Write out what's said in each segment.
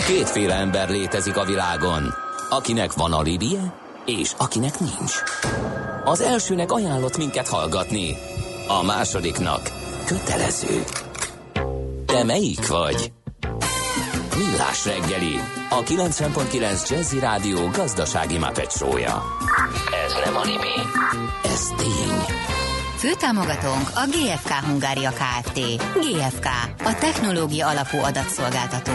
Kétféle ember létezik a világon, akinek van alibije, és akinek nincs. Az elsőnek ajánlott minket hallgatni, a másodiknak kötelező. Te melyik vagy? Millás reggeli, a 90.9 Jazzy Rádió gazdasági Muppet show-ja. Ez nem anime, ez tény. Főtámogatónk a GFK Hungária Kft. GFK, a technológia alapú adatszolgáltató.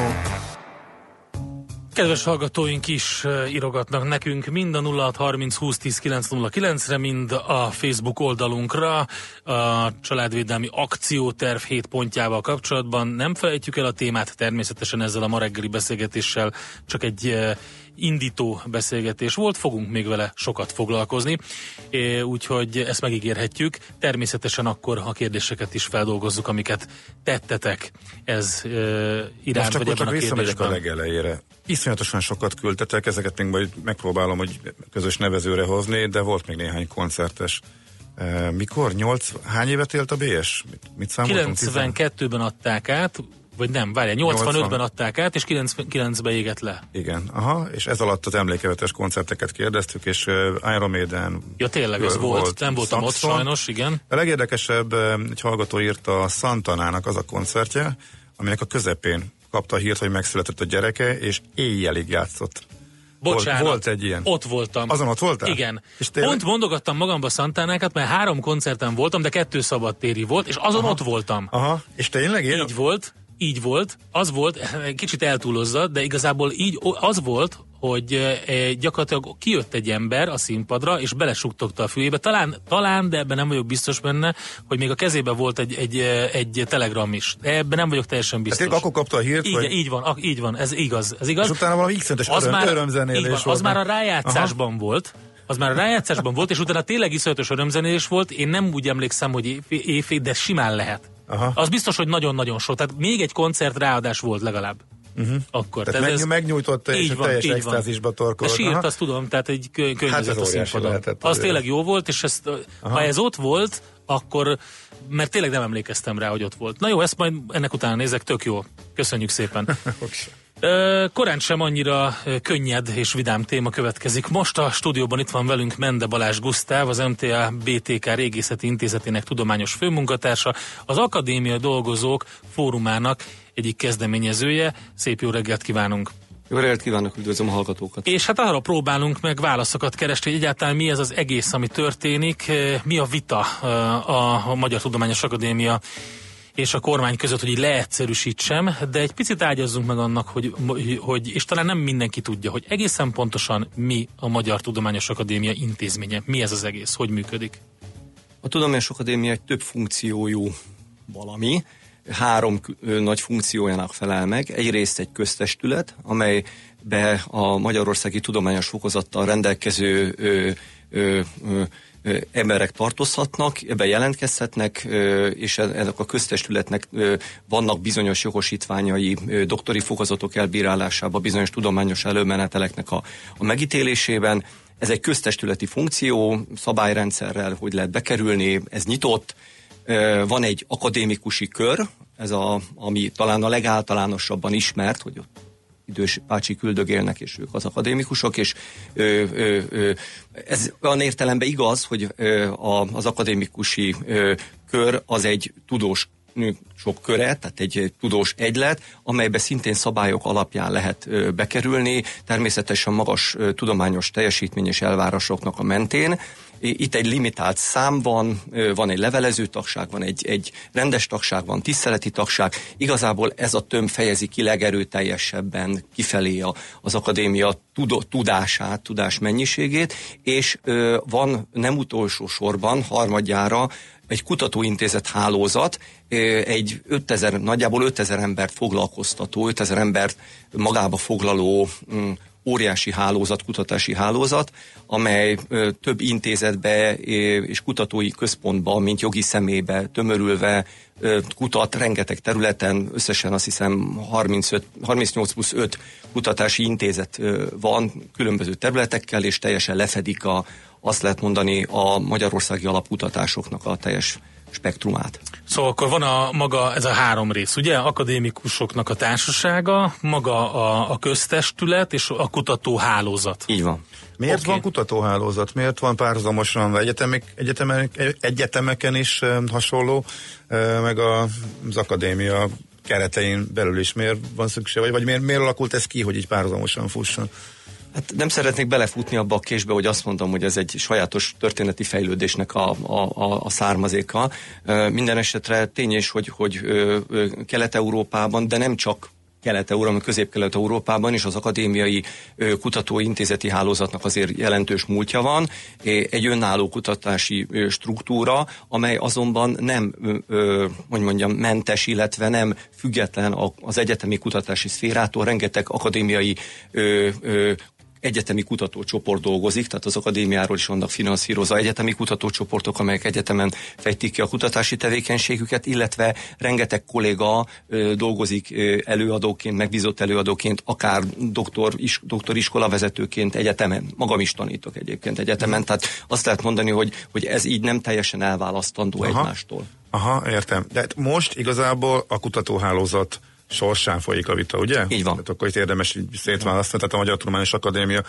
Kedves hallgatóink is írogatnak nekünk mind a 0630 20 10 909-re, mind a Facebook oldalunkra a családvédelmi akcióterv 7 pontjával kapcsolatban. Nem felejtjük el a témát, természetesen ezzel a ma reggeli beszélgetéssel csak egy indító beszélgetés volt, fogunk még vele sokat foglalkozni, úgyhogy ezt megígérhetjük. Természetesen akkor a kérdéseket is feldolgozzuk, amiket tettetek ez iránt, vagy ebben a kérdésben. A legelejére. Iszonyatosan sokat küldtetek, ezeket még majd megpróbálom, hogy közös nevezőre hozni, de volt még néhány koncertes. Mikor? Hány évet élt a BS? Mit számoltunk? 92-ben adták át, vagy nem, várjál, 85-ben adták át, és 99-ben égett le. Igen, aha, és ez alatt az emlékevetes koncerteket kérdeztük, és Iron Maiden. Ja, tényleg, ez volt, nem voltam ott sajnos, igen. A legérdekesebb, egy hallgató írta, a Santanának az a koncertje, aminek a közepén kapta a hírt, hogy megszületett a gyereke, és éjjelig játszott. Bocsánat, volt egy ilyen. Ott voltam. Azon ott voltál? Igen. És pont mondogattam magamba Santánákat, mert 3 koncerten voltam, de 2 szabadtéri volt, és azon ott voltam. Aha, és tényleg így volt, az volt, kicsit eltúlozza, de igazából így az volt, hogy gyakorlatilag kijött egy ember a színpadra, és belesuttogta a fülébe, talán, de ebben nem vagyok biztos benne, hogy még a kezében volt egy telegram is. Ebben nem vagyok teljesen biztos. Hát akkor kapta a hírt, így van, ez igaz. És utána valami x-entes örömzenélés volt. Az már a rájátszásban volt. Az már a rájátszásban volt, és utána tényleg iszonyatos örömzenélés volt. Én nem úgy emlékszem, hogy éjfél, de simán lehet. Aha. Az biztos, hogy nagyon-nagyon sok. Tehát még egy koncert ráadás volt legalább. Akkor. Tehát megnyújtotta, és a teljes extázisba torkolt. De sírt, azt tudom, tehát egy könyvezett a színpadon. Az tényleg jó volt, és ha ez ott volt, akkor, mert tényleg nem emlékeztem rá, hogy ott volt. Na jó, ezt majd ennek utána nézek, tök jó. Köszönjük szépen. Korán sem annyira könnyed és vidám téma következik. Most a stúdióban itt van velünk Mende Balázs Gusztáv, az MTA BTK Régészeti Intézetének tudományos főmunkatársa, az Akadémia Dolgozók Fórumának egyik kezdeményezője. Szép jó reggelt kívánunk! Jó reggelt kívánok, üdvözlöm a hallgatókat! És hát arra próbálunk meg válaszokat keresni, hogy egyáltalán mi ez az egész, ami történik, mi a vita a Magyar Tudományos Akadémia és a kormány között, hogy így leegyszerűsítsem, de egy picit ágyazzunk meg annak, hogy és talán nem mindenki tudja, hogy egészen pontosan mi a Magyar Tudományos Akadémia intézménye, mi ez az egész, hogy működik? A Tudományos Akadémia egy több funkciójú valami, 3 nagy funkciójának felel meg. Egyrészt egy köztestület, amelybe a magyarországi tudományos fokozattal rendelkező emberek tartozhatnak, ebben jelentkezhetnek, és ennek a köztestületnek vannak bizonyos jogosítványai, doktori fokozatok elbírálásába, bizonyos tudományos előmeneteleknek a megítélésében. Ez egy köztestületi funkció, szabályrendszerrel, hogy lehet bekerülni, ez nyitott. Van egy akadémikusi kör, ami talán a legáltalánosabban ismert, hogy ott idős bácsi üldögélnek, és ők az akadémikusok, és ez olyan értelemben igaz, hogy az akadémikusi kör az egy tudós sok köre, tehát egy tudós egylet, amelybe szintén szabályok alapján lehet bekerülni, természetesen magas tudományos teljesítmény és elvárásoknak a mentén. Itt egy limitált szám van egy levelező tagság, van egy rendes tagság, van tiszteleti tagság. Igazából ez a tömb fejezi ki legerőteljesebben kifelé az akadémia tudás mennyiségét, és van nem utolsó sorban, harmadjára egy kutatóintézet hálózat, egy nagyjából 5000 embert foglalkoztató, 5000 embert magába foglaló óriási hálózat, kutatási hálózat, amely több intézetbe és kutatói központba, mint jogi személybe tömörülve kutat rengeteg területen, összesen azt hiszem 38+5 kutatási intézet van különböző területekkel, és teljesen lefedik azt lehet mondani a magyarországi alapkutatásoknak a teljes spektrumát. Szóval akkor van ez a 3 rész, ugye? Akadémikusoknak a társasága, maga a köztestület és a kutatóhálózat. Így van. Miért van kutatóhálózat? Miért van párhuzamosan egyetemeken is hasonló, meg az akadémia keretein belül is miért van szükség? Vagy miért alakult ez ki, hogy így párhuzamosan fusson? Hát nem szeretnék belefutni abba a késbe, hogy azt mondom, hogy ez egy sajátos történeti fejlődésnek a származéka. Minden esetre tényes, hogy Kelet-Európában, de nem csak Kelet-Európában, Közép-Kelet-Európában is az akadémiai kutatóintézeti hálózatnak azért jelentős múltja van. Egy önálló kutatási struktúra, amely azonban nem, hogy mondjam, mentes, illetve nem független az egyetemi kutatási szférától. Rengeteg akadémiai egyetemi kutatócsoport dolgozik, tehát az akadémiáról is vannak finanszírozva egyetemi kutatócsoportok, amelyek egyetemen fejtik ki a kutatási tevékenységüket, illetve rengeteg kolléga dolgozik előadóként, megbízott előadóként, akár doktoriskola vezetőként egyetemen. Magam is tanítok egyébként egyetemen, tehát azt lehet mondani, hogy ez így nem teljesen elválasztandó egymástól. Aha, értem. De most igazából a kutatóhálózat sorsán folyik a vita, ugye? Így van. Tehát akkor itt érdemes így szétválasztani, tehát a Magyar Tudományos Akadémia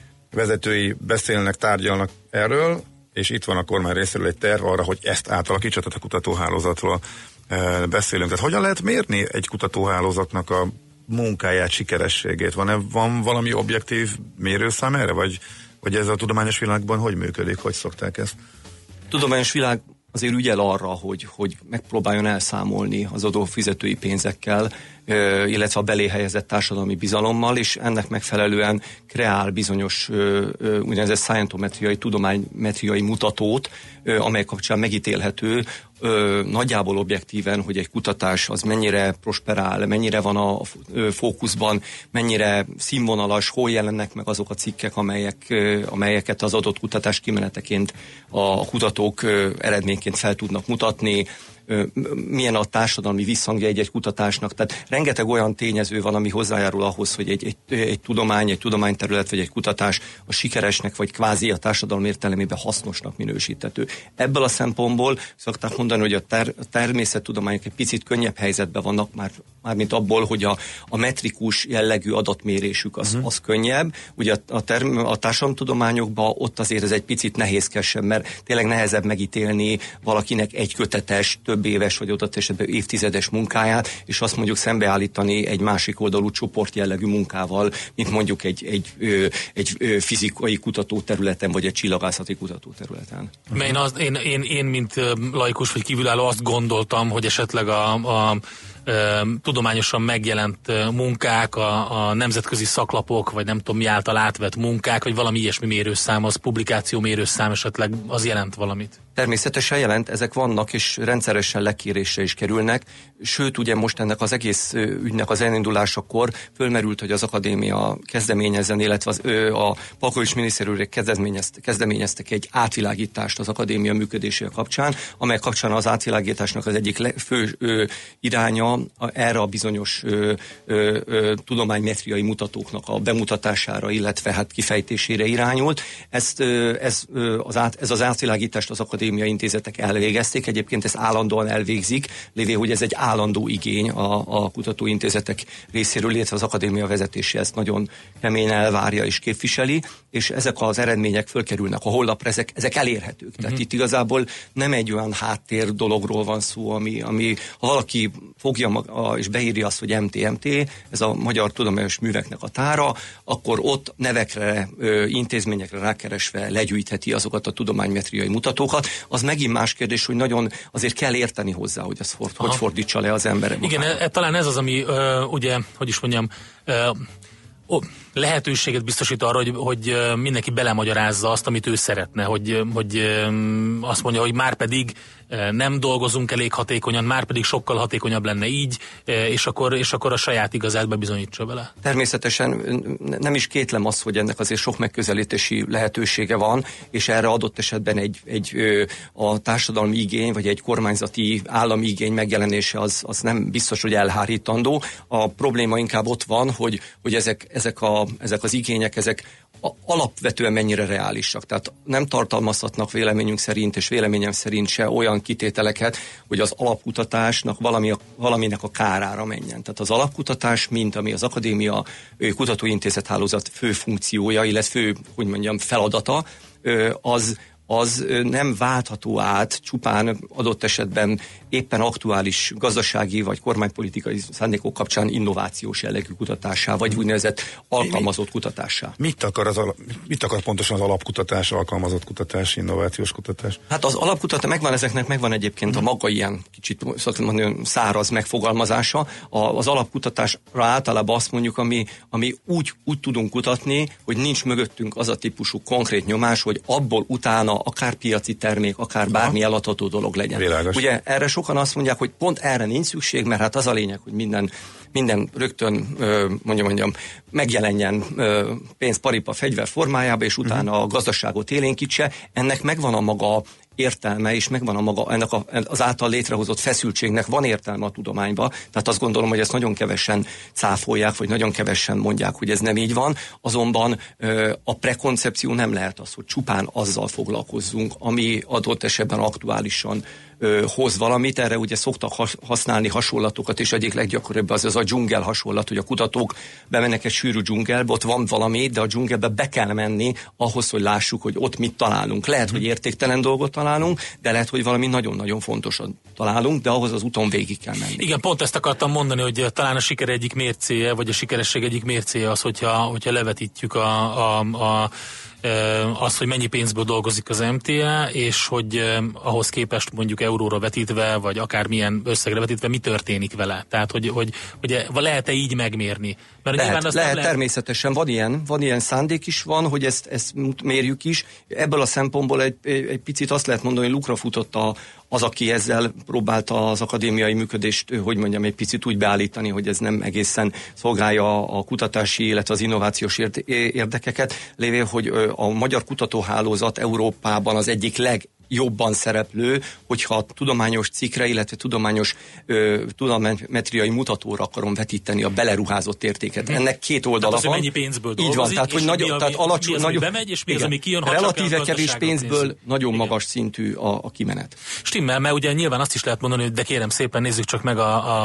vezetői beszélnek, tárgyalnak erről, és itt van a kormány részéről egy terv arra, hogy ezt átalakítsa, tehát a kutatóhálózatról beszélünk. Tehát hogyan lehet mérni egy kutatóhálózatnak a munkáját, sikerességét? Van valami objektív mérőszám erre, vagy ez a tudományos világban hogy működik, hogy szokták ezt? Tudományos világ azért ügyel arra, hogy megpróbáljon elszámolni az adófizetői pénzekkel, illetve a belé helyezett társadalmi bizalommal, és ennek megfelelően kreál bizonyos úgynevezett scientometriai, tudománymetriai mutatót, amely kapcsán megítélhető nagyjából objektíven, hogy egy kutatás az mennyire prosperál, mennyire van a fókuszban, mennyire színvonalas, hol jelennek meg azok a cikkek, amelyeket az adott kutatás kimeneteként a kutatók eredményként fel tudnak mutatni, milyen a társadalmi visszhangja egy kutatásnak. Tehát rengeteg olyan tényező van, ami hozzájárul ahhoz, hogy egy tudomány, egy tudományterület vagy egy kutatás a sikeresnek vagy kvázi a társadalom értelemében hasznosnak minősíthető. Ebből a szempontból szokták mondani, hogy a természettudományok egy picit könnyebb helyzetben vannak, mármint abból, hogy a metrikus jellegű adatmérésük az könnyebb. Ugye a társadalomtudományokban ott azért ez egy picit nehézkesebb, mert tényleg nehezebb megítélni valakinek egy kötetes, több éves vagy adott esetben évtizedes munkáját, és azt mondjuk szembeállítani egy másik oldalú csoportjellegű munkával, mint mondjuk egy fizikai kutatóterületen, vagy egy csillagászati kutatóterületen. Én mint laikus vagy kívülálló azt gondoltam, hogy esetleg a tudományosan megjelent munkák, a nemzetközi szaklapok, vagy nem tudom mi által átvett munkák, vagy valami ilyesmi mérőszám, az publikáció mérőszám esetleg az jelent valamit. Természetesen jelent, ezek vannak, és rendszeresen lekérésre is kerülnek, sőt ugye most ennek az egész ügynek az elindulásakor fölmerült, hogy az akadémia kezdeményezzen, illetve a Palkovics miniszterelnök kezdeményeztek egy átvilágítást az akadémia működésével kapcsán, amely kapcsán az átvilágításnak az egyik fő iránya erre a bizonyos tudománymetriai mutatóknak a bemutatására, illetve hát kifejtésére irányult. Ez az átvilágítást az akadémiai intézetek elvégezték, egyébként ezt állandóan elvégzik, lévén, hogy ez egy állandó igény a kutatóintézetek részéről, illetve az akadémia vezetése ezt nagyon keményen elvárja és képviseli, és ezek az eredmények fölkerülnek a honlapra, ezek elérhetők. Tehát itt igazából nem egy olyan háttér dologról van szó, ami ha valaki fogja és beírja azt, hogy MTMT, ez a Magyar Tudományos Műveknek a tára, akkor ott nevekre, intézményekre rákeresve legyűjtheti azokat a tudománymetriai mutatókat. Az megint más kérdés, hogy nagyon azért kell érteni hozzá, hogy ezt hogy fordítsa le az ember. Igen, talán ez az, ami ugye, hogy is mondjam, lehetőséget biztosít arra, hogy mindenki belemagyarázza azt, amit ő szeretne, hogy azt mondja, hogy már pedig nem dolgozunk elég hatékonyan, már pedig sokkal hatékonyabb lenne így, és akkor a saját igazát bebizonyítsa bele. Természetesen nem is kétlem azt, hogy ennek azért sok megközelítési lehetősége van, és erre adott esetben a társadalmi igény, vagy egy kormányzati állami igény megjelenése az nem biztos, hogy elhárítandó. A probléma inkább ott van, hogy ezek az igények, ezek alapvetően mennyire reálisak. Tehát nem tartalmazhatnak véleményünk szerint, és véleményem szerint se olyan olyan kitételeket, hogy az alapkutatásnak valaminek a kárára menjen. Tehát az alapkutatás, mint ami az akadémia kutatóintézet hálózat fő funkciója, illetve fő, hogy mondjam, feladata, az nem váltható át csupán adott esetben éppen aktuális gazdasági vagy kormánypolitikai szándékok kapcsán innovációs jellegű kutatássá, vagy úgynevezett alkalmazott kutatássá. Mit akar pontosan az alapkutatás, alkalmazott kutatás, innovációs kutatás? Hát az alapkutatás megvan egyébként a maga ilyen kicsit száraz megfogalmazása. Az alapkutatásra általában azt mondjuk, ami úgy tudunk kutatni, hogy nincs mögöttünk az a típusú konkrét nyomás, hogy abból utána akár piaci termék, akár bármi eladható dolog legyen. Világos. Ugye erre sokan azt mondják, hogy pont erre nincs szükség, mert hát az a lényeg, hogy minden rögtön mondjam, megjelenjen pénzparipa fegyver formájába, és utána a gazdaságot élénkítse. Ennek megvan a maga értelme, és megvan a maga, ennek az által létrehozott feszültségnek van értelme a tudományba, tehát azt gondolom, hogy ezt nagyon kevesen cáfolják, vagy nagyon kevesen mondják, hogy ez nem így van, azonban a prekoncepció nem lehet az, hogy csupán azzal foglalkozzunk, ami adott esetben aktuálisan hoz valamit. Erre ugye szoktak használni hasonlatokat, és egyik leggyakoribb az a dzsungel hasonlat, hogy a kutatók bemennek egy sűrű dzsungelbe, ott van valami, de a dzsungelbe be kell menni ahhoz, hogy lássuk, hogy ott mit találunk. Lehet, hogy értéktelen dolgot találunk, de lehet, hogy valami nagyon-nagyon fontosan találunk, de ahhoz az úton végig kell menni. Igen, pont ezt akartam mondani, hogy talán a siker egyik mércéje, vagy a sikeresség egyik mércéje az, hogyha levetítjük az, hogy mennyi pénzből dolgozik az MTA, és hogy ahhoz képest mondjuk euróra vetítve, vagy akármilyen összegre vetítve, mi történik vele. Tehát, hogy lehet-e így megmérni? Mert lehet természetesen, van ilyen szándék is van, hogy ezt mérjük is. Ebből a szempontból egy picit azt lehet mondani, hogy lukra futott az, aki ezzel próbálta az akadémiai működést, hogy mondjam, egy picit úgy beállítani, hogy ez nem egészen szolgálja a kutatási, illetve az innovációs érdekeket, lévén, hogy a magyar kutatóhálózat Európában az egyik legjobban szereplő, hogyha a tudományos cikkre, illetve tudománymetriai mutatóra akarom vetíteni a beleruházott értéket. Ennek két oldala van. Tehát mennyi pénzből dolgozik, így van, tehát alacsony, ami bemegy, és mi az, ami kijön, relatíve kevés pénzből nagyon magas szintű a kimenet. Stimmel, mert ugye nyilván azt is lehet mondani, hogy de kérem szépen nézzük csak meg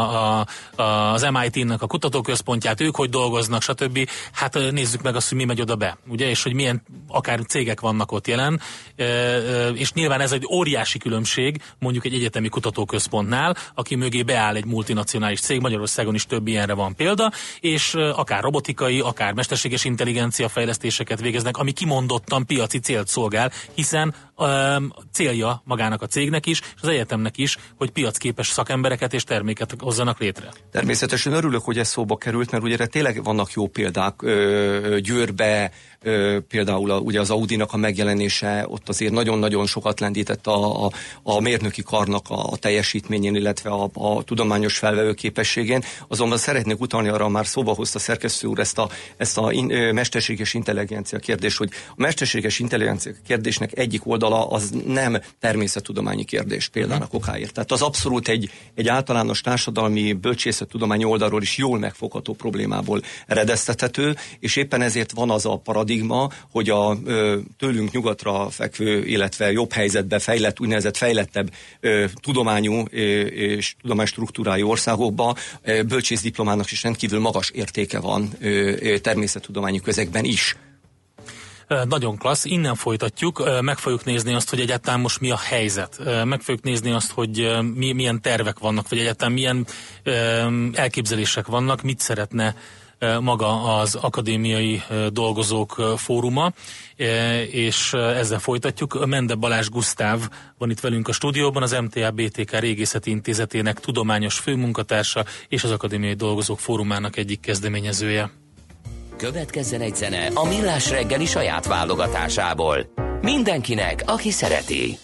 az MIT-nek a kutatóközpontját, ők hogy dolgoznak, stb. Hát nézzük meg azt, hogy mi megy oda be, ugye, és hogy milyen akár cégek vannak ott jelen, és nyilván ez egy óriási különbség mondjuk egy egyetemi kutatóközpontnál, aki mögé beáll egy multinacionális cég, Magyarországon is több ilyenre van példa, és akár robotikai, akár mesterséges intelligencia fejlesztéseket végeznek, ami kimondottan piaci célt szolgál, hiszen célja magának a cégnek is, és az egyetemnek is, hogy piacképes szakembereket és terméket hozzanak létre. Természetesen örülök, hogy ez szóba került, mert ugye tényleg vannak jó példák. Győrbe például ugye az Audinak a megjelenése ott azért nagyon-nagyon sokat lendített a mérnöki karnak a teljesítményén, illetve a tudományos felvevő képességén. Azonban szeretnék utalni arra, már szóba hozta szerkesztő úr ezt a mesterséges intelligencia kérdést, hogy a mesterséges intelligencia kérdésnek egyik oldala az nem természettudományi kérdés például a kokáért. Tehát az abszolút egy általános társadalmi bölcsészettudományi oldalról is jól megfogható problémából eredeztethető, és éppen ezért van az a paradigma, hogy a tőlünk nyugatra fekvő, illetve jobb helyzetbe fejlett, úgynevezett fejlettebb tudományú és tudománystruktúrájú országokban bölcsészdiplomának is rendkívül magas értéke van természettudományi közegben is. Nagyon klassz, innen folytatjuk, meg fogjuk nézni azt, hogy egyáltalán most mi a helyzet. Meg fogjuk nézni azt, hogy milyen tervek vannak, vagy egyáltalán milyen elképzelések vannak, mit szeretne maga az akadémiai dolgozók fóruma, és ezzel folytatjuk. Mende Balázs Gusztáv van itt velünk a stúdióban, az MTA BTK Régészeti Intézetének tudományos főmunkatársa és az akadémiai dolgozók fórumának egyik kezdeményezője. Következzen egy zene a Millás reggeli saját válogatásából. Mindenkinek, aki szereti.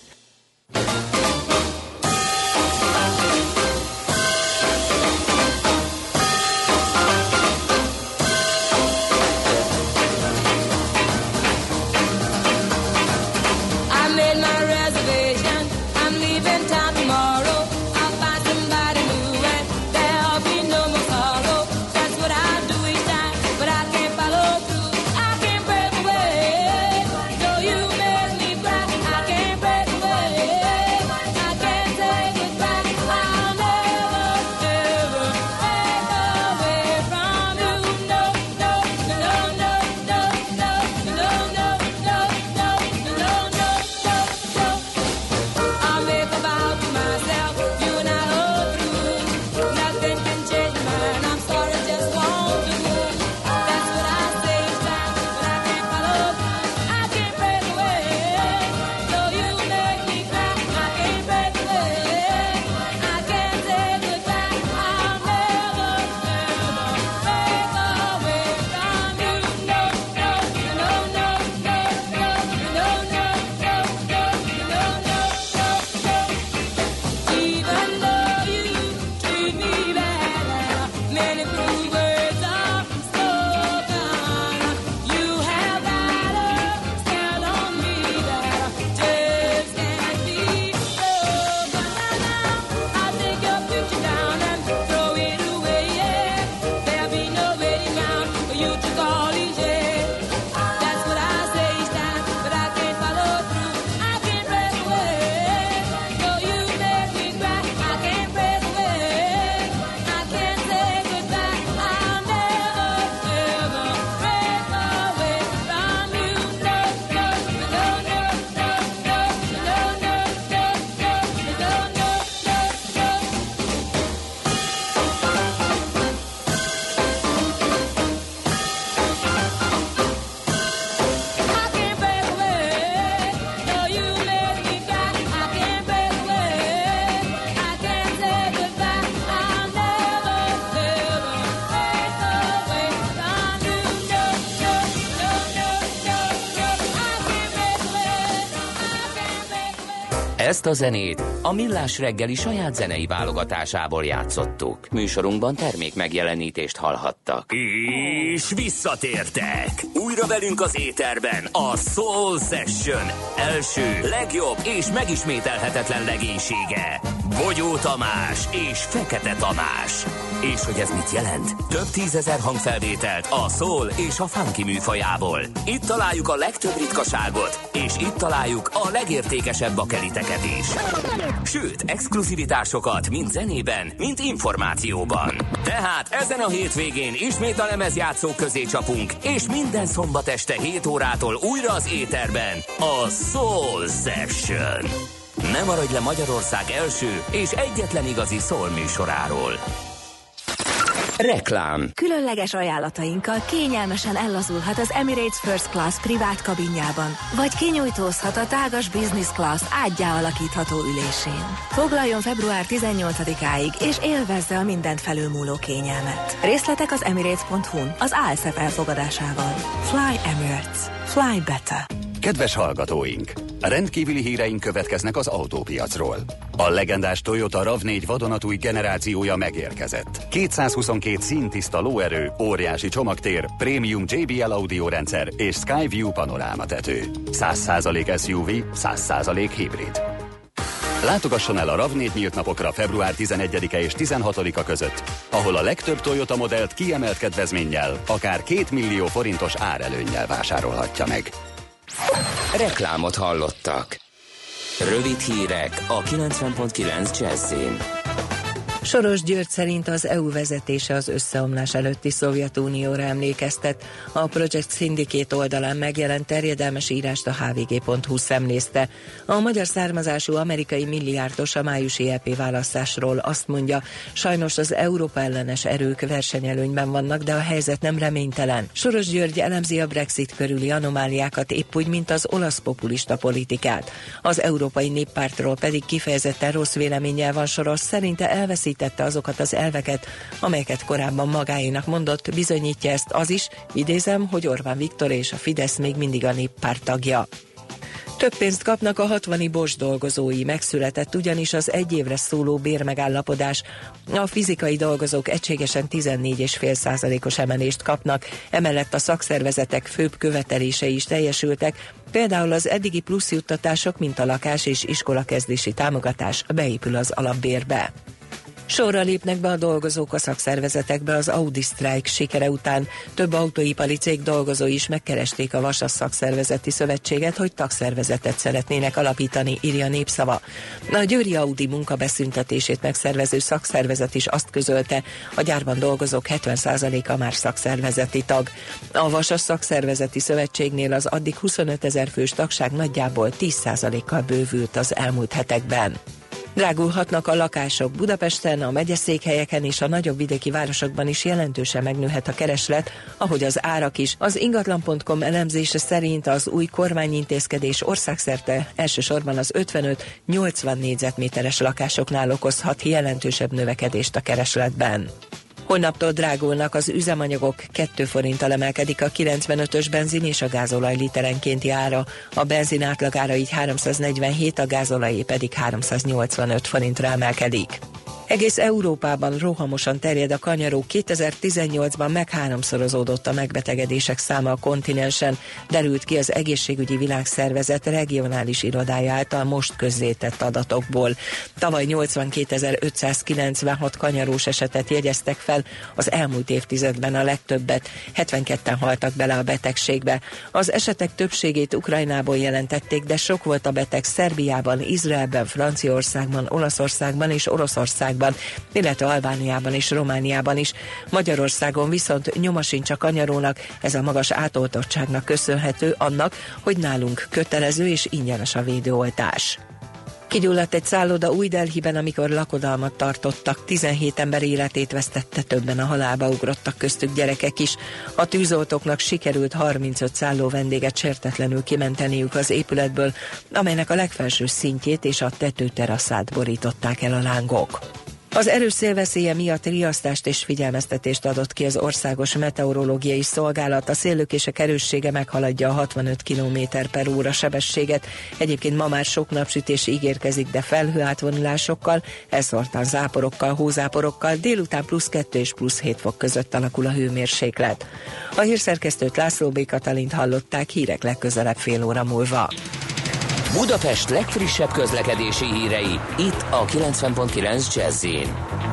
Ezt a zenét a Millás reggeli saját zenei válogatásából játszottuk. Műsorunkban termék megjelenítést hallhattak. És visszatértek! Újra velünk az éterben a Soul Session első, legjobb és megismételhetetlen legénysége. Bogyó Tamás és Fekete Tamás. És hogy ez mit jelent? Több 10 000 hangfelvételt a soul és a funky műfajából. Itt találjuk a legtöbb ritkaságot, és itt találjuk a legértékesebb bakeliteket is. Sőt, exkluzivitásokat mind zenében, mind információban. Tehát ezen a hétvégén ismét a lemezjátszók közé csapunk, és minden szombat este 7 órától újra az éterben a Soul Session. Ne maradj le Magyarország első és egyetlen igazi soul műsoráról. Reklám. Különleges ajánlatainkkal kényelmesen ellazulhat az Emirates First Class privát kabinjában, vagy kinyújtózhat a tágas Business Class ággyá alakítható ülésén. Foglaljon február 18-áig, és élvezze a mindent felülmúló kényelmet. Részletek az emirates.hu-n, az ASF elfogadásával. Fly Emirates. Fly better. Kedves hallgatóink! Rendkívüli híreink következnek az autópiacról. A legendás Toyota RAV4 vadonatúj generációja megérkezett. 222 színtiszta lóerő, óriási csomagtér, prémium JBL audiorendszer és Skyview panorámatető. 100% SUV, 100% hibrid. Látogasson el a RAV4 nyílt napokra február 11-e és 16-a között, ahol a legtöbb Toyota modellt kiemelt kedvezménnyel, akár 2 millió forintos árelőnnyel vásárolhatja meg. Reklámot hallottak. Rövid hírek a 90.9 Jazzin. Soros György szerint az EU vezetése az összeomlás előtti Szovjetunióra emlékeztet. A Project Syndicate oldalán megjelent terjedelmes írást a hvg.hu szemlézte. A magyar származású amerikai milliárdos a májusi EP választásról azt mondja, sajnos az Európa ellenes erők versenyelőnyben vannak, de a helyzet nem reménytelen. Soros György elemzi a Brexit körüli anomáliákat épp úgy, mint az olasz populista politikát. Az Európai Néppártról pedig kifejezetten rossz véleménnyel van Soros, szerinte elveszítette azokat az elveket, amelyeket korábban magáénak mondott, bizonyítja ezt az is, idézem, hogy Orbán Viktor és a Fidesz még mindig a Néppárt tagja. Több pénzt kapnak a 60 Bosch dolgozói, megszületett ugyanis az 1 évre szóló bérmegállapodás. A fizikai dolgozók egységesen 14,5%-os emelést kapnak, emellett a szakszervezetek főbb követelései is teljesültek, például az eddigi pluszjuttatások, mint a lakás és iskolakezdési támogatás beépül az alapbérbe. Sorra lépnek be a dolgozók a szakszervezetekbe az Audi sztrájk sikere után. Több autóipari cég dolgozói is megkeresték a Vasas Szakszervezeti Szövetséget, hogy tagszervezetet szeretnének alapítani, írja a Népszava. A győri Audi munkabeszüntetését megszervező szakszervezet is azt közölte, a gyárban dolgozók 70%-a már szakszervezeti tag. A Vasas Szakszervezeti Szövetségnél az addig 25 000 fős tagság nagyjából 10%-kal bővült az elmúlt hetekben. Drágulhatnak a lakások. Budapesten, a megyeszékhelyeken és a nagyobb vidéki városokban is jelentősen megnőhet a kereslet, ahogy az árak is. Az ingatlan.com elemzése szerint az új kormányintézkedés országszerte elsősorban az 55-80 négyzetméteres lakásoknál okozhat jelentősebb növekedést a keresletben. Holnaptól drágulnak az üzemanyagok, 2 forinttal emelkedik a 95-ös benzin és a gázolaj literenkénti ára. A benzin átlagára így 347, a gázolajé pedig 385 forintra emelkedik. Egész Európában rohamosan terjed a kanyaró, 2018-ban megháromszorozódott a megbetegedések száma a kontinensen, derült ki az Egészségügyi Világszervezet regionális irodája által most közzétett adatokból. Tavaly 82.596 kanyarós esetet jegyeztek fel, az elmúlt évtizedben a legtöbbet, 72-en haltak bele a betegségbe. Az esetek többségét Ukrajnából jelentették, de sok volt a beteg Szerbiában, Izraelben, Franciaországban, Olaszországban és Oroszországban, illetve Albániában és Romániában is. Magyarországon viszont nyoma sincs a kanyarónak, ez a magas átoltottságnak köszönhető, annak, hogy nálunk kötelező és ingyenes a védőoltás. Kigyulladt egy szálloda Új-Delhiben, amikor lakodalmat tartottak. 17 ember életét vesztette, többen a halálba ugrottak, köztük gyerekek is. A tűzoltóknak sikerült 35 szálló vendéget sértetlenül kimenteniük az épületből, amelynek a legfelső szintjét és a tetőteraszát borították el a lángok. Az erős szélveszélye miatt riasztást és figyelmeztetést adott ki az Országos Meteorológiai Szolgálat. A széllökések erőssége meghaladja a 65 km/h sebességet. Egyébként ma már sok napsütés ígérkezik, de felhőátvonulásokkal, elszórtan záporokkal, hózáporokkal, délután +2 és +7 fok között alakul a hőmérséklet. A hírszerkesztőt, László B. Katalint hallották, hírek legközelebb fél óra múlva. Budapest legfrissebb közlekedési hírei, itt a 90.9 Jazz-in.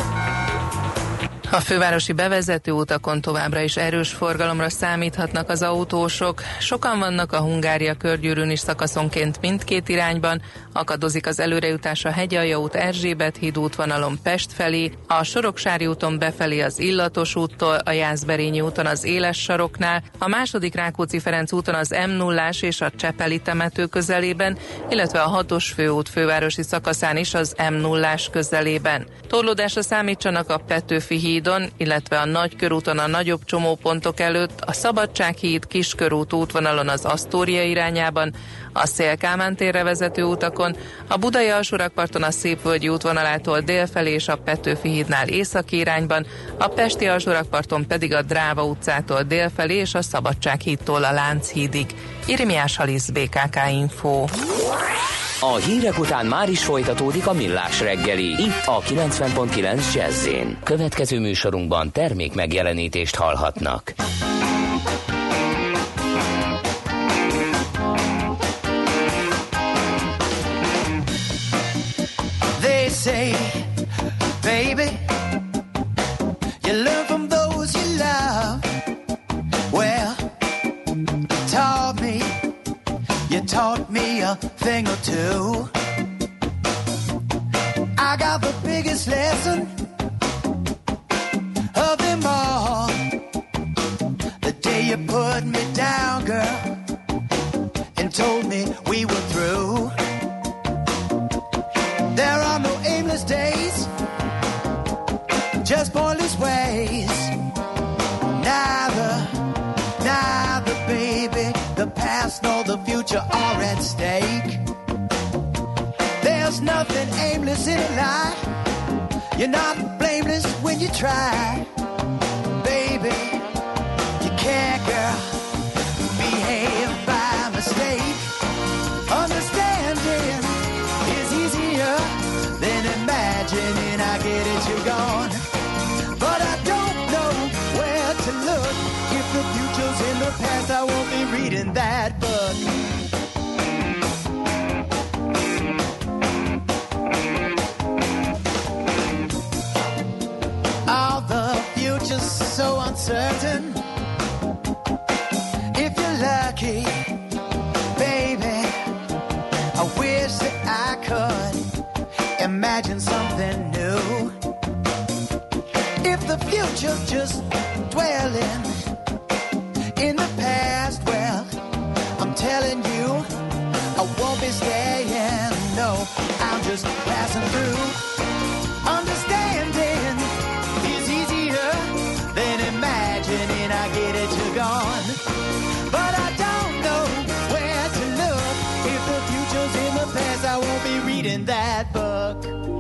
A fővárosi bevezető utakon továbbra is erős forgalomra számíthatnak az autósok. Sokan vannak a Hungária körgyűrűn is szakaszonként mindkét irányban. Akadozik az előrejutás a Hegyalja út Erzsébet híd útvonalon Pest felé, a Soroksári úton befelé az Illatos úttól, a Jászberényi úton az Éles saroknál, a második Rákóczi-Ferenc úton az M0-ás és a Csepeli temető közelében, illetve a 6-os főút fővárosi szakaszán is az M0-ás közelében. Torlódásra számítsanak a Petőfi hídon, illetve a Nagykörúton a nagyobb csomópontok előtt, a Szabadsághíd Kiskörút útvonalon az Asztória irányában, a Széll-Kálmán térre vezető utakon, a Budai Alsórakparton a Szépvölgyi útvonalától délfelé és a Petőfi hídnál északi irányban, a Pesti Alsórakparton pedig a Dráva utcától délfelé és a Szabadsághídtól a Lánchídig. Irimiás Halisz, BKK Info. A hírek után már is folytatódik a Millás reggeli, itt a 90.9 Jazz-in. Következő műsorunkban termék megjelenítést hallhatnak. They say, baby, you learn from those you love. Well, you taught me a thing or two. I got the biggest lesson of them all. The day you put me down, girl, and told me we were through. There are no aimless days, just pointless ways. Neither, baby, the past nor the future are at stake. There's nothing aimless in life. You're not blameless when you try. Baby, you can't, girl, behave by mistake. Understanding is easier than imagining. I get it, you're gone, but I don't know where to look. If the future's in the past, I won't be reading that book. All the future's so uncertain. If you're lucky, baby, I wish that I could imagine something new. If the future's just dwelling in the past, well, I'm telling you, I won't be staying. No, I'm just passing through. Understanding is easier than imagining. I get it, you're gone, but I don't know where to look. If the future's in the past, I won't be reading that book.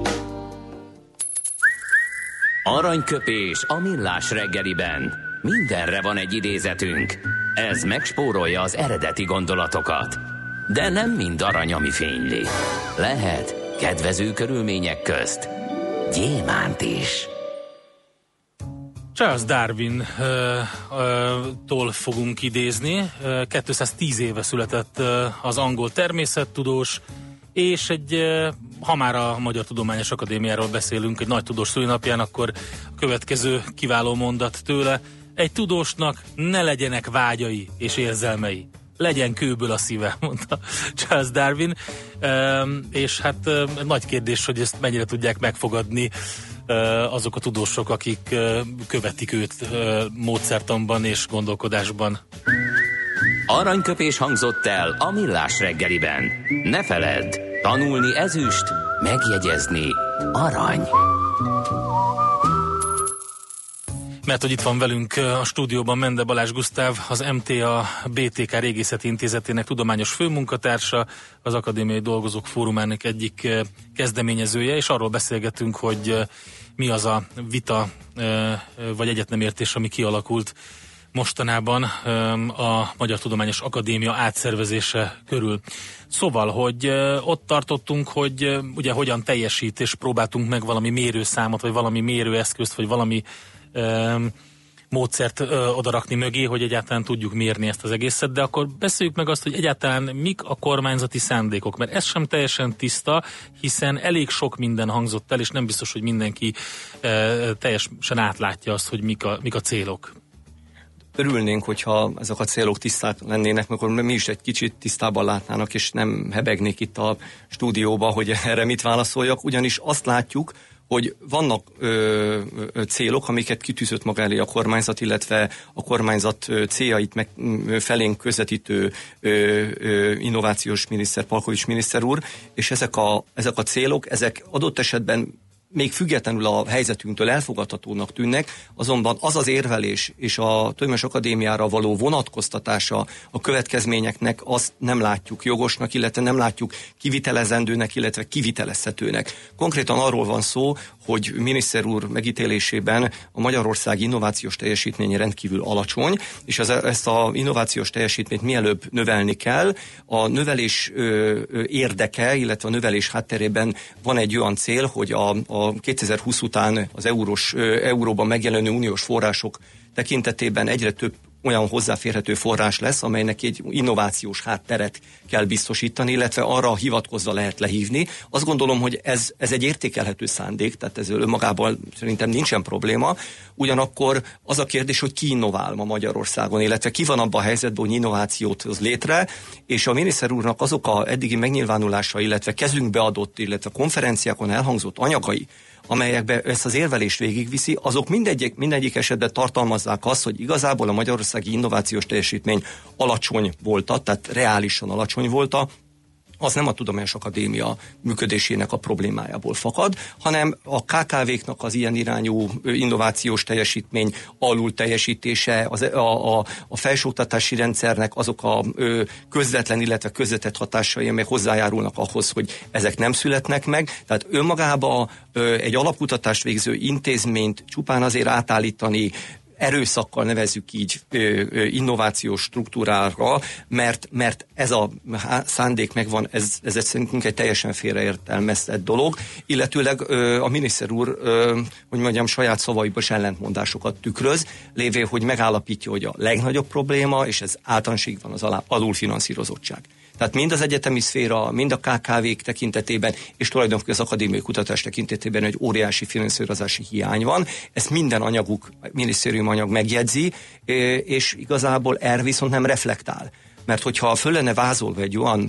Aranyköpés a Millás reggeliben. Mindenre van egy idézetünk. Ez megspórolja az eredeti gondolatokat. De nem mind arany, ami fényli. Lehet kedvező körülmények közt gyémánt is. Charles Darwin-tól fogunk idézni. 210 éve született az angol természettudós, és ha már a Magyar Tudományos Akadémiáról beszélünk, egy nagy tudós szülinapján, akkor a következő kiváló mondat tőle: egy tudósnak ne legyenek vágyai és érzelmei. Legyen kőből a szíve, mondta Charles Darwin. És hát nagy kérdés, hogy ezt mennyire tudják megfogadni azok a tudósok, akik követik őt módszertanban és gondolkodásban. Aranyköpés hangzott el a Millás reggeliben. Ne feledd, tanulni ezüst, megjegyezni arany. Mert hogy itt van velünk a stúdióban Mende Balázs Gusztáv, az MTA BTK Régészeti Intézetének tudományos főmunkatársa, az Akadémiai Dolgozók Fórumának egyik kezdeményezője, és arról beszélgetünk, hogy mi az a vita vagy egyetnemértés, ami kialakult mostanában a Magyar Tudományos Akadémia átszervezése körül. Szóval, hogy ott tartottunk, hogy ugye hogyan teljesít, és próbáltunk meg valami mérőszámot, vagy valami mérőeszközt, vagy valami módszert odarakni mögé, hogy egyáltalán tudjuk mérni ezt az egészet, de akkor beszéljük meg azt, hogy egyáltalán mik a kormányzati szándékok, mert ez sem teljesen tiszta, hiszen elég sok minden hangzott el, és nem biztos, hogy mindenki teljesen átlátja azt, hogy mik a célok. Örülnénk, hogyha ezek a célok tiszták lennének, akkor mi is egy kicsit tisztában látnának, és nem hebegnék itt a stúdióba, hogy erre mit válaszoljak, ugyanis azt látjuk, hogy vannak célok, amiket kitűzött maga elé a kormányzat, illetve a kormányzat céljait felénk közvetítő innovációs miniszter, Palkovics miniszter úr, és ezek a célok, ezek adott esetben még függetlenül a helyzetünktől elfogadhatónak tűnnek, azonban az az érvelés és a Tudományos Akadémiára való vonatkoztatása a következményeknek azt nem látjuk jogosnak, illetve nem látjuk kivitelezendőnek, illetve kivitelezhetőnek. Konkrétan arról van szó, hogy miniszter úr megítélésében a Magyarország innovációs teljesítmény rendkívül alacsony, és ezt az innovációs teljesítményt mielőbb növelni kell. A növelés érdeke, illetve a növelés hátterében van egy olyan cél, hogy a 2020 után az euróban megjelenő uniós források tekintetében egyre több olyan hozzáférhető forrás lesz, amelynek egy innovációs hátteret kell biztosítani, illetve arra hivatkozva lehet lehívni. Azt gondolom, hogy ez egy értékelhető szándék, tehát ezzel önmagában szerintem nincsen probléma. Ugyanakkor az a kérdés, hogy ki innovál ma Magyarországon, illetve ki van abban a helyzetben, hogy innovációt hoz létre, és a miniszter úrnak azok a eddigi megnyilvánulása, illetve kezünkbe adott, illetve konferenciákon elhangzott anyagai, amelyekbe ezt az érvelést végigviszi, azok mindegyik esetben tartalmazzák azt, hogy igazából a magyarországi innovációs teljesítmény alacsony volt, tehát reálisan alacsony volt, az nem a Tudományos Akadémia működésének a problémájából fakad, hanem a KKV-knak az ilyen irányú innovációs teljesítmény alul teljesítése, a felsőoktatási rendszernek azok a közvetlen, illetve közvetett hatásai, amelyek hozzájárulnak ahhoz, hogy ezek nem születnek meg. Tehát önmagában egy alapkutatást végző intézményt csupán azért átállítani, erőszakkal nevezzük így innovációs struktúrára, mert ez a szándék megvan, ez szerintünk egy teljesen félreértelmezett dolog, illetőleg a miniszter úr, hogy mondjam, saját szavaiból is ellentmondásokat tükröz, lévén, hogy megállapítja, hogy a legnagyobb probléma, és ez általánosságban az alulfinanszírozottság. Tehát mind az egyetemi szféra, mind a KKV-k tekintetében, és tulajdonképpen az akadémiai kutatás tekintetében egy óriási finanszírozási hiány van. Ezt minden anyaguk, minisztérium anyag megjegyzi, és igazából erre viszont nem reflektál. Mert hogyha föl lenne vázolva egy olyan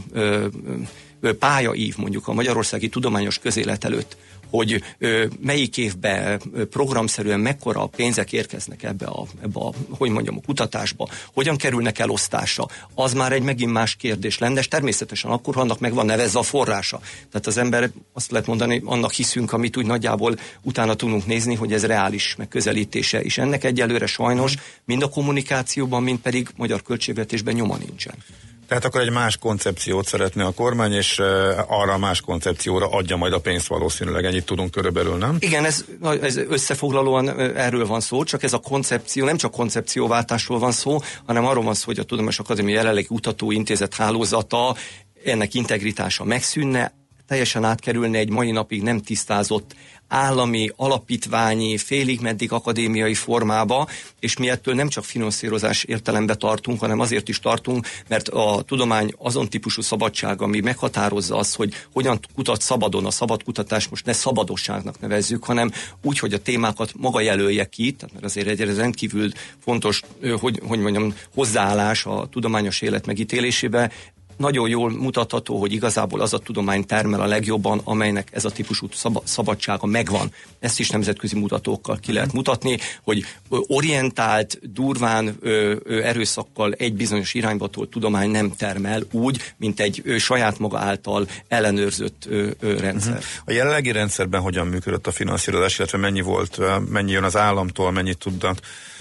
pályaív mondjuk a magyarországi tudományos közélet előtt, hogy melyik évben programszerűen mekkora pénzek érkeznek ebbe a hogy mondjam, a kutatásba, hogyan kerülnek elosztásra, az már egy megint más kérdés lenne, és természetesen akkor, ha annak meg van nevezve a forrása. Tehát az ember azt lehet mondani, annak hiszünk, amit úgy nagyjából utána tudunk nézni, hogy ez reális megközelítése, és ennek egyelőre sajnos mind a kommunikációban, mind pedig magyar költségvetésben nyoma nincsen. Tehát akkor egy más koncepciót szeretne a kormány, és arra a más koncepcióra adja majd a pénzt valószínűleg, ennyit tudunk körülbelül, nem? Igen, ez összefoglalóan erről van szó, csak ez a koncepció, nem csak koncepcióváltásról van szó, hanem arról van szó, hogy a Tudományos Akadémia jelenlegi kutatóintézet hálózata, ennek integritása megszűnne, teljesen átkerülne egy mai napig nem tisztázott állami, alapítványi, félig meddig akadémiai formába, és mi ettől nem csak finanszírozás értelembe tartunk, hanem azért is tartunk, mert a tudomány azon típusú szabadság, ami meghatározza azt, hogy hogyan kutat szabadon, a szabad kutatás most ne szabadosságnak nevezzük, hanem úgy, hogy a témákat maga jelölje ki, tehát mert azért egy rendkívül fontos, hogy mondjam, hozzáállás a tudományos élet megítélésébe, nagyon jól mutatható, hogy igazából az a tudomány termel a legjobban, amelynek ez a típusú szabadsága megvan. Ezt is nemzetközi mutatókkal ki lehet mutatni, hogy orientált, durván erőszakkal egy bizonyos irányba tolt tudomány nem termel úgy, mint egy saját maga által ellenőrzött rendszer. A jelenlegi rendszerben hogyan működött a finanszírozás, illetve mennyi jön az államtól, mennyit tudnak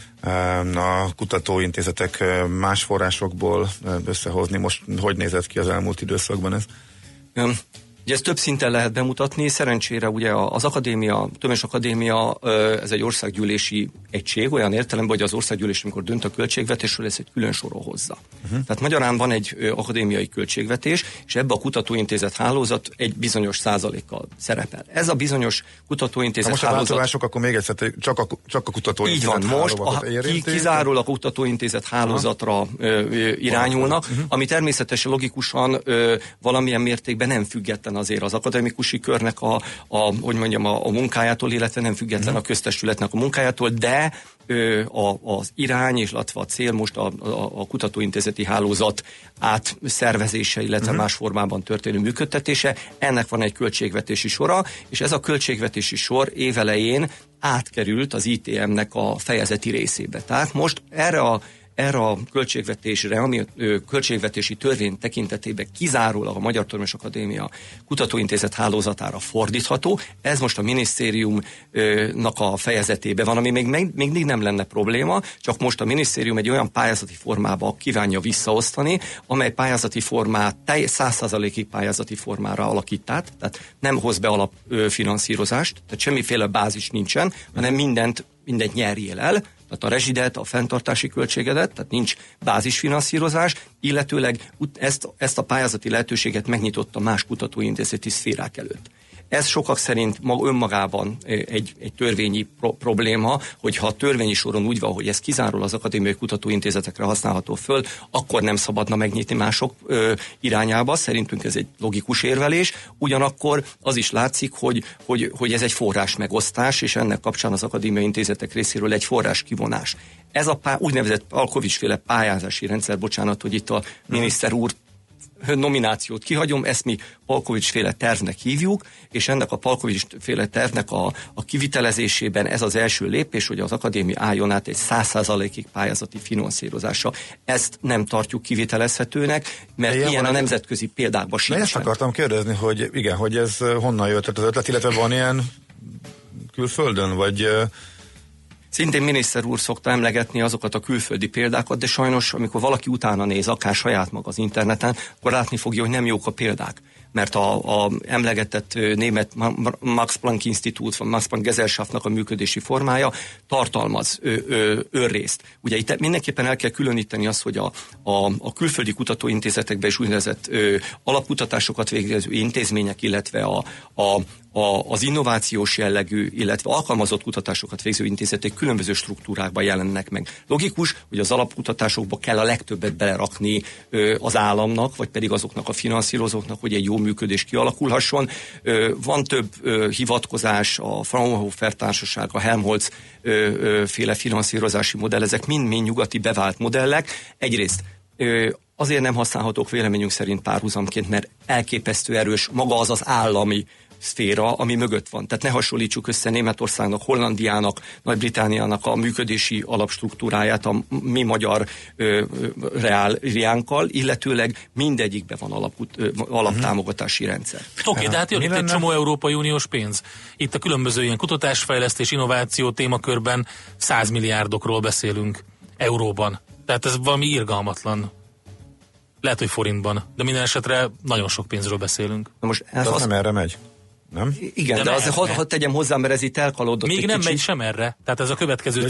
a kutatóintézetek más forrásokból összehozni? Most hogy nézett ki az elmúlt időszakban ez? Ugye ezt több szinten lehet bemutatni, szerencsére ugye az akadémia, Tudományos Akadémia, ez egy országgyűlési egység, olyan értelemben, hogy az országgyűlés, amikor dönt a költségvetésről, ez egy külön sorol hozzá. Tehát magyarán van egy akadémiai költségvetés, és ebbe a kutatóintézet hálózat egy bizonyos százalékkal szerepel. Ez a bizonyos kutatóintézet most hálózat... Most a változások, akkor még egyszer, csak a kutatóintézet így van, most kizárólag a kutatóintézet hálózatra irányulnak, ami természetesen logikusan valamilyen mértékben nem független azért az akadémikusi körnek hogy mondjam, a munkájától, illetve nem független a köztestületnek a munkájától, de az irány, illetve a cél most a kutatóintézeti hálózat átszervezése, illetve más formában történő működtetése. Ennek van egy költségvetési sora, és ez a költségvetési sor évelején átkerült az ITM-nek a fejezeti részébe. Tehát most erre a költségvetésre, ami költségvetési törvény tekintetében kizárólag a Magyar Tudományos Akadémia Kutatóintézet hálózatára fordítható. Ez most a minisztériumnak a fejezetébe van, ami még mindig nem lenne probléma, csak most a minisztérium egy olyan pályázati formába kívánja visszaosztani, amely pályázati formát 100%-ig pályázati formára alakít át, tehát nem hoz be alapfinanszírozást, tehát semmiféle bázis nincsen, hanem mindent nyerjél el, tehát a rezsidet, a fenntartási költségedet, tehát nincs bázisfinanszírozás, illetőleg ezt a pályázati lehetőséget megnyitotta más kutatóintézeti szférák előtt. Ez sokak szerint önmagában egy törvényi probléma, hogyha a törvényi soron úgy van, hogy ez kizárólag az akadémiai kutatóintézetekre használható föl, akkor nem szabadna megnyitni mások irányába. Szerintünk ez egy logikus érvelés. Ugyanakkor az is látszik, hogy ez egy forrás megosztás, és ennek kapcsán az akadémiai intézetek részéről egy forrás kivonás. Ez a úgynevezett Palkovics-féle pályázási rendszer, bocsánat, hogy itt a miniszter úr nominációt kihagyom, ezt mi Palkovics-féle tervnek hívjuk, és ennek a Palkovics-féle tervnek a kivitelezésében ez az első lépés, hogy az akadémia álljon át egy 100%-ig pályázati finanszírozásra. Ezt nem tartjuk kivitelezhetőnek, mert ilyen a nemzetközi példákban sincsen. Ezt akartam kérdezni, hogy igen, hogy ez honnan jött az ötlet, illetve van ilyen külföldön, vagy... Szintén miniszter úr szokta emlegetni azokat a külföldi példákat, de sajnos, amikor valaki utána néz, akár saját maga az interneten, akkor látni fogja, hogy nem jók a példák. Mert a emlegetett német Max Planck Institut, vagy Max Planck Gesellschaftnak a működési formája tartalmaz önrészt. Ugye itt mindenképpen el kell különíteni azt, hogy a külföldi kutatóintézetekben is úgynevezett alapkutatásokat végző intézmények, illetve az innovációs jellegű, illetve alkalmazott kutatásokat végző intézetek különböző struktúrákban jelennek meg. Logikus, hogy az alapkutatásokba kell a legtöbbet belerakni az államnak, vagy pedig azoknak a finanszírozóknak, hogy egy jó működés kialakulhasson. Van több hivatkozás, a Fraunhofer társaság, a Helmholtz féle finanszírozási modell, ezek mind nyugati bevált modellek. Egyrészt azért nem használhatók véleményünk szerint párhuzamként, mert elképesztő erős maga az állami szféra, ami mögött van. Tehát ne hasonlítsuk össze Németországnak, Hollandiának, Nagy-Britanniának a működési alapstruktúráját a mi magyar reálriánkkal, illetőleg mindegyikben van alaptámogatási rendszer. Oké, de hát jön itt egy csomó Európai Uniós pénz. Itt a különböző ilyen kutatásfejlesztés, innováció témakörben 100 milliárdokról beszélünk euróban. Tehát ez valami irgalmatlan. Lehet, hogy forintban, de minden esetre nagyon sok pénzről beszélünk. Na most ez nem erre megy. Nem? Igen, de azért hadd tegyem hozzá, mert ez itt elkalódott. Még nem megy sem erre. Tehát ez a következő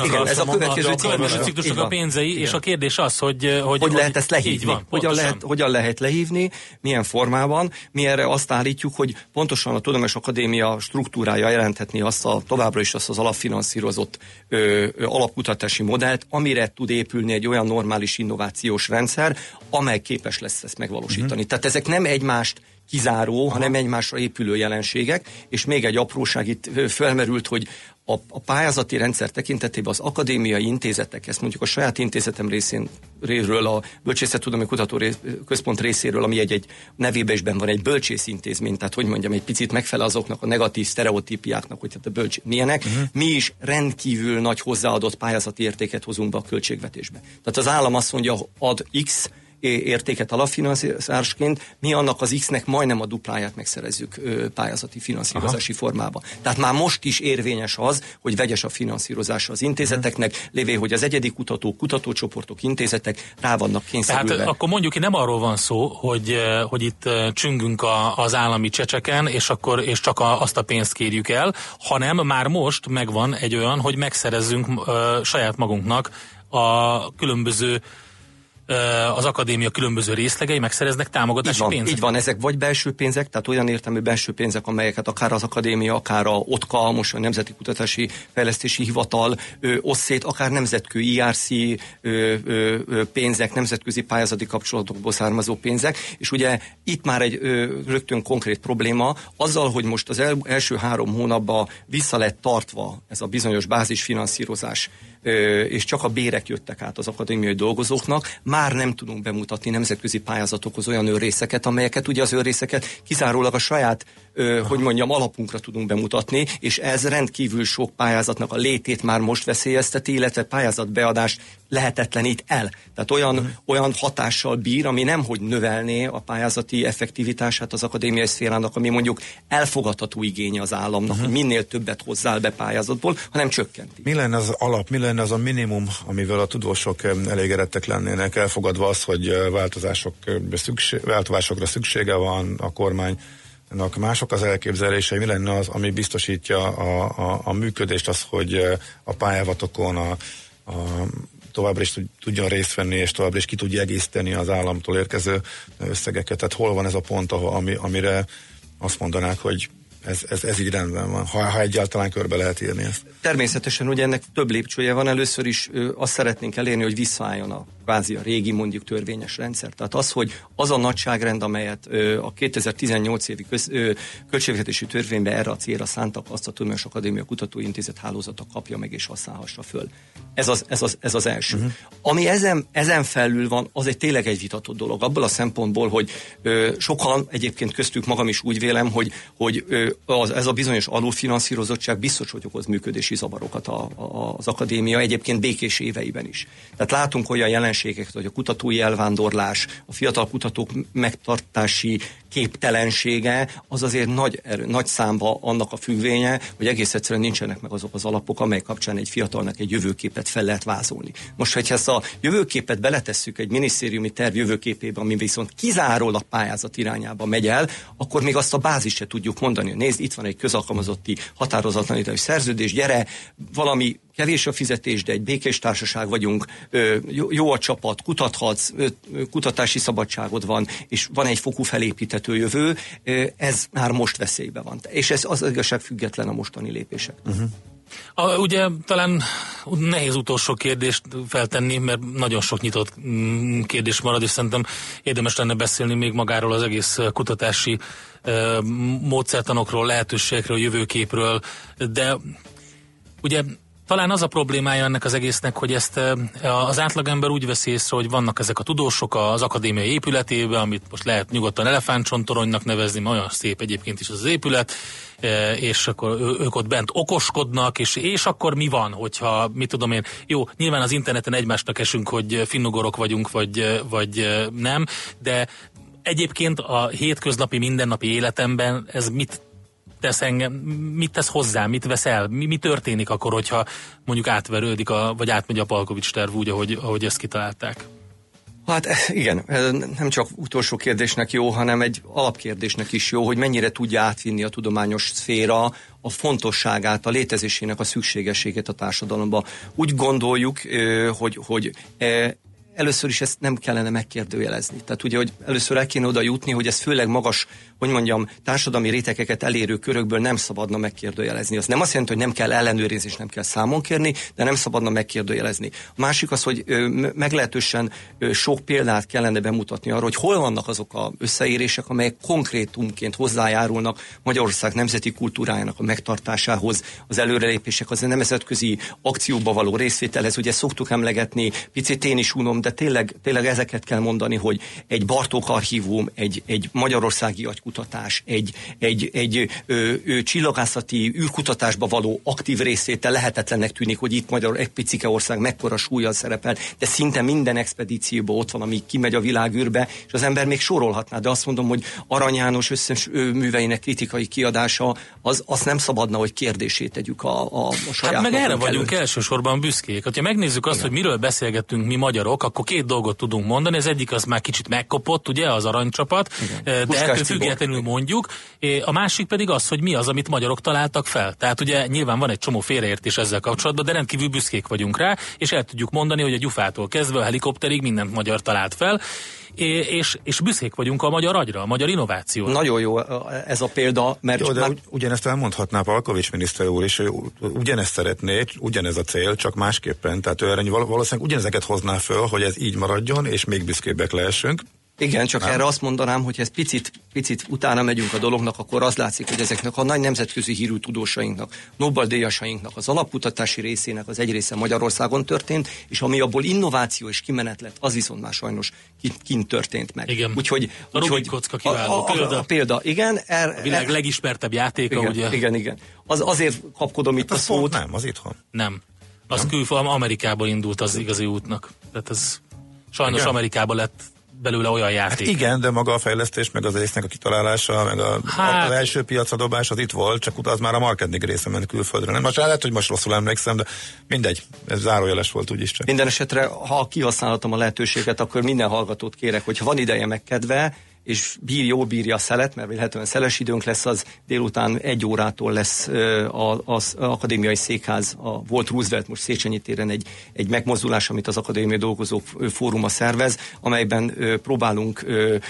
ciklusnak a pénzei, és a kérdés az, hogy lehet ezt lehívni. Hogyan lehet lehívni, milyen formában. Mi erre azt állítjuk, hogy pontosan a Tudományos Akadémia struktúrája jelenthetni továbbra is azt az alapfinanszírozott alapkutatási modellt, amire tud épülni egy olyan normális innovációs rendszer, amely képes lesz ezt megvalósítani. Tehát ezek nem egymást kizáró, hanem egymásra épülő jelenségek, és még egy apróság itt felmerült, hogy a pályázati rendszer tekintetében az akadémiai intézetek, ezt mondjuk a saját intézetem részéről, a Bölcsészettudományi Kutatóközpont részéről, ami egy nevében is benne van, egy bölcsészintézmény, tehát hogy mondjam, egy picit megfelel azoknak a negatív sztereotípiáknak, hogy hát a milyenek. Mi is rendkívül nagy hozzáadott pályázati értéket hozunk be a költségvetésbe. Tehát az állam azt mondja, ad X, értéket alapfinanszírozásként, mi annak az X-nek majdnem a dupláját megszerezzük pályázati finanszírozási formába. Tehát már most is érvényes az, hogy vegyes a finanszírozása az intézeteknek, lévén, hogy az egyedi kutatócsoportok, intézetek rá vannak kényszerülve. Tehát akkor mondjuk nem arról van szó, hogy itt csüngünk az állami csecseken, és csak azt a pénzt kérjük el, hanem már most megvan egy olyan, hogy megszerezzünk saját magunknak a különböző az akadémia különböző részlegei megszereznek támogatási pénzeket. Így van, ezek vagy belső pénzek, tehát olyan értelmű belső pénzek, amelyeket akár az akadémia, akár a OTKA, most a Nemzeti Kutatási Fejlesztési Hivatal osz szét, akár nemzetközi IRC pénzek, nemzetközi pályázati kapcsolatokból származó pénzek, és ugye itt már egy rögtön konkrét probléma, azzal, hogy most az első 3 hónapban vissza lett tartva ez a bizonyos bázisfinanszírozás, és csak a bérek jöttek át az akadémiai dolgozóknak, már nem tudunk bemutatni nemzetközi pályázatokhoz olyan önrészeket, amelyeket ugye az önrészeket kizárólag a saját, alapunkra tudunk bemutatni, és ez rendkívül sok pályázatnak a létét már most veszélyezteti, illetve pályázatbeadást lehetetlenít el. Tehát olyan hatással bír, ami nemhogy növelné a pályázati effektivitását az akadémiai szférának, ami mondjuk elfogadható igénye az államnak, hogy minél többet hozzá be pályázatból, hanem csökkenti. Mi lenne az alap, mi lenne az a minimum, amivel a tudósok elégedettek lennének, elfogadva az, hogy változásokra szüksége van a kormánynak, mások az elképzelései, mi lenne az, ami biztosítja a működést, az, hogy a pályázatokon továbbra is tudjon részt venni, és továbbra is ki tudja egészíteni az államtól érkező összegeket. Tehát hol van ez a pont, amire azt mondanák, hogy ez így rendben van, ha egyáltalán körbe lehet írni ezt. Természetesen ugye ennek több lépcsője van, először is azt szeretnénk elérni, hogy visszaálljon a régi mondjuk törvényes rendszer. Tehát az, hogy az a nagyságrend, amelyet a 2018 évi költségvetési törvényben erre a célra szántak, azt a Tudományos Akadémia Kutatóintézet hálózata kapja meg és használhassa föl. Ez az első. Ami ezen felül van, az tényleg egy vitatott dolog. Abból a szempontból, hogy sokan, egyébként köztük magam is úgy vélem, hogy ez a bizonyos alulfinanszírozottság biztos, hogy okoz működési zavarokat az akadémia, egyébként békés éveiben is. Tehát látunk olyan jelenségeket, hogy a kutatói elvándorlás, a fiatal kutatók megtartási képtelensége, az azért nagy számba annak a függvénye, hogy egész egyszerűen nincsenek meg azok az alapok, amely kapcsán egy fiatalnak egy jövőképet fel lehet vázolni. Most, hogyha ezt a jövőképet beletesszük egy minisztériumi terv jövőképébe, ami viszont kizárólag pályázat irányába megy el, akkor még azt a bázist se tudjuk mondani. Nézd, itt van egy közalkalmazotti határozatlan idejű szerződés, gyere, valami kevés a fizetés, de egy békés társaság vagyunk, jó a csapat, kutathatsz, kutatási szabadságod van, és van egy fokú felépíthető jövő, ez már most veszélyben van. És ez az igazság független a mostani lépések. Ugye talán nehéz utolsó kérdést feltenni, mert nagyon sok nyitott kérdés marad, és szerintem érdemes lenne beszélni még magáról az egész kutatási módszertanokról, lehetőségekről, jövőképről, de ugye talán az a problémája ennek az egésznek, hogy ezt az átlagember úgy veszi észre, hogy vannak ezek a tudósok az akadémiai épületében, amit most lehet nyugodtan elefántcsontoronynak nevezni, mert olyan szép egyébként is az épület, és akkor ők ott bent okoskodnak, és akkor mi van, hogyha, mit tudom én, jó, nyilván az interneten egymásnak esünk, hogy finnugorok vagyunk, vagy nem, de egyébként a hétköznapi, mindennapi életemben ez mit tesz hozzá, mit vesz el, mi történik akkor, hogyha mondjuk átverődik, vagy átmegy a Palkovics terv úgy, ahogy ezt kitalálták? Hát igen, nem csak utolsó kérdésnek jó, hanem egy alapkérdésnek is jó, hogy mennyire tudja átvinni a tudományos szféra a fontosságát, a létezésének a szükségességét a társadalomba. Úgy gondoljuk, hogy először is ezt nem kellene megkérdőjelezni. Tehát ugye, hogy először el kéne oda jutni, hogy ez főleg magas, hogy mondjam, társadalmi rétegeket elérő körökből nem szabadna megkérdőjelezni. Az nem azt jelenti, hogy nem kell ellenőrizni, és nem kell számon kérni, de nem szabadna megkérdőjelezni. A másik az, hogy meglehetősen sok példát kellene bemutatni arra, hogy hol vannak azok az összeérések, amelyek konkrétumként hozzájárulnak Magyarország nemzeti kultúrájának a megtartásához, az előrelépések, az nemzetközi akcióba való részvételhez. Ugye szoktuk emlegetni, picit én is unom, de tényleg ezeket kell mondani, hogy egy Bartók archívum, egy magyarországi agykutatás, egy csillagászati űrkutatásba való aktív részvétel lehetetlennek tűnik, hogy itt egy picike ország mekkora súllyal szerepel, de szinte minden expedícióban ott van, ami kimegy a világűrbe, és az ember még sorolhatná, de azt mondom, hogy Arany János összes műveinek kritikai kiadása, azt nem szabadna, hogy kérdését tegyük a saját. Hát meg erre vagyunk elsősorban büszkék. Ha megnézzük azt, hogy miről beszélgettünk mi magyarok, akkor két dolgot tudunk mondani. Az egyik az már kicsit megkopott, ugye, az aranycsapat, de ettől függetlenül mondjuk. A másik pedig az, hogy mi az, amit magyarok találtak fel. Tehát ugye nyilván van egy csomó félreértés ezzel kapcsolatban, de rendkívül büszkék vagyunk rá, és el tudjuk mondani, hogy a gyufától kezdve a helikopterig mindent magyar talált fel. És büszkék vagyunk a magyar agyra, a magyar innovációra. Nagyon jó ez a példa, mert... Jó, de ugyanezt elmondhatná Palkovics miniszter úr is, ő ugyanezt szeretné, ugyanez a cél, csak másképpen. Tehát ő valószínűleg ugyanezeket hozná föl, hogy ez így maradjon, és még büszkébbek lehessünk. Igen, csak erre azt mondanám, hogy ez picit utána megyünk a dolognak, akkor az látszik, hogy ezeknek a nagy nemzetközi hírű tudósainknak, Nobel-díjasainknak, az alapkutatási részének az egy része Magyarországon történt, és ami abból innováció és kimenet lett, az viszont már sajnos kint történt meg. Igen. Úgyhogy a Rubik kocka kiváló példa. A példa, igen. A világ legismertebb játéka, igen, ugye? Igen. Azért kapkodom itt a szót. Nem, az itthon. Nem. Az Amerikából indult az igazi útnak. Tehát ez sajnos igen. Amerikából lett belőle olyan játék. Hát igen, de maga a fejlesztés, meg az észnek a kitalálása, meg az első piacra dobás az itt volt, csak az már a marketing része ment külföldre. Nem, most lehet, hogy most rosszul emlékszem, de mindegy, ez zárójeles volt úgyis csak. Minden esetre, ha kihasználhatom a lehetőséget, akkor minden hallgatót kérek, hogy ha van ideje megkedve, és jól bírja a szelet, mert lehetően szeles időnk lesz, az délután 1 órától lesz az akadémiai székház, a volt Roosevelt most Széchenyi téren egy megmozdulás, amit az Akadémiai Dolgozók Fóruma szervez, amelyben próbálunk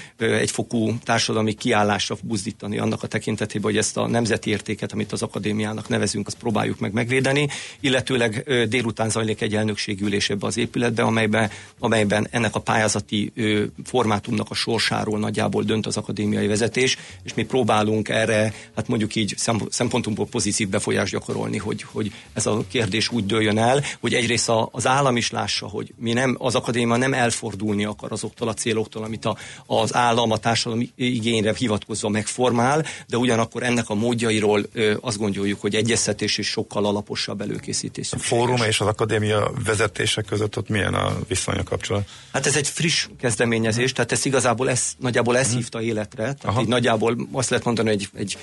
egyfokú társadalmi kiállásra buzdítani annak a tekintetében, hogy ezt a nemzeti értéket, amit az akadémiának nevezünk, azt próbáljuk meg megvédeni, illetőleg délután zajlik egy elnökségülés ebbe az épületbe, amelyben ennek a pályázati formátumnak a sorsáról nagyjából dönt az akadémiai vezetés, és mi próbálunk erre, hát mondjuk így szempontunkból pozitív befolyást gyakorolni, hogy ez a kérdés úgy dőljön el, hogy egyrészt az állam is lássa, hogy az akadémia nem elfordulni akar azoktól a céloktól, amit az állam a társadalom igényre hivatkozva megformál, de ugyanakkor ennek a módjairól azt gondoljuk, hogy egyeztetés és sokkal alaposabb előkészítés szükséges. A fórum és az akadémia vezetése között ott milyen a viszony, a kapcsolat? Hát ez egy friss kezdeményezés, tehát ez igazából nagyjából ezt hívta életre, tehát így nagyjából azt lehet mondani, hogy egy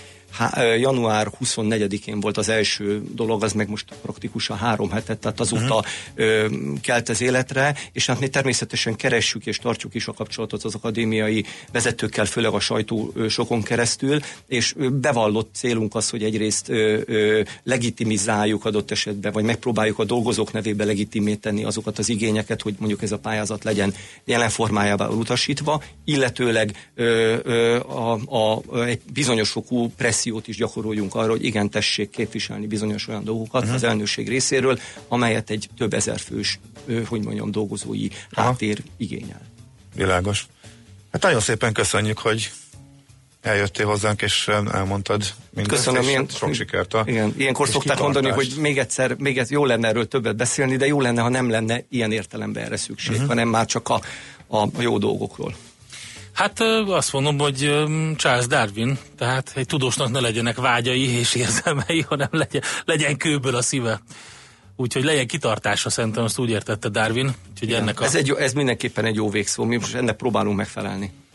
január 24-én volt az első dolog, az meg most praktikusan 3 hetet, tehát azóta kelt az életre, és hát mi természetesen keressük és tartjuk is a kapcsolatot az akadémiai vezetőkkel, főleg a sajtósokon keresztül, és bevallott célunk az, hogy egyrészt legitimizáljuk adott esetben, vagy megpróbáljuk a dolgozók nevébe legitimé tenni azokat az igényeket, hogy mondjuk ez a pályázat legyen jelen formájában utasítva, illetőleg egy bizonyos fokú pressziót is gyakoroljunk arra, hogy igen, tessék képviselni bizonyos olyan dolgokat az elnökség részéről, amelyet egy több ezer fős, dolgozói háttér igényel. Világos. Hát nagyon szépen köszönjük, hogy eljöttél hozzánk, és elmondtad mindezt. Köszönöm, sok sikert. Igen, ilyenkor szokták mondani, hogy még egyszer jó lenne erről többet beszélni, de jó lenne, ha nem lenne ilyen értelemben erre szükség, hanem már csak a jó dolgokról. Hát azt mondom, hogy Charles Darwin, tehát egy tudósnak ne legyenek vágyai és érzelmei, hanem legyen kőből a szíve. Úgyhogy legyen kitartása, szerintem azt úgy értette Darwin. Úgyhogy ennek ez mindenképpen egy jó végszó, mi most ennek próbálunk megfelelni.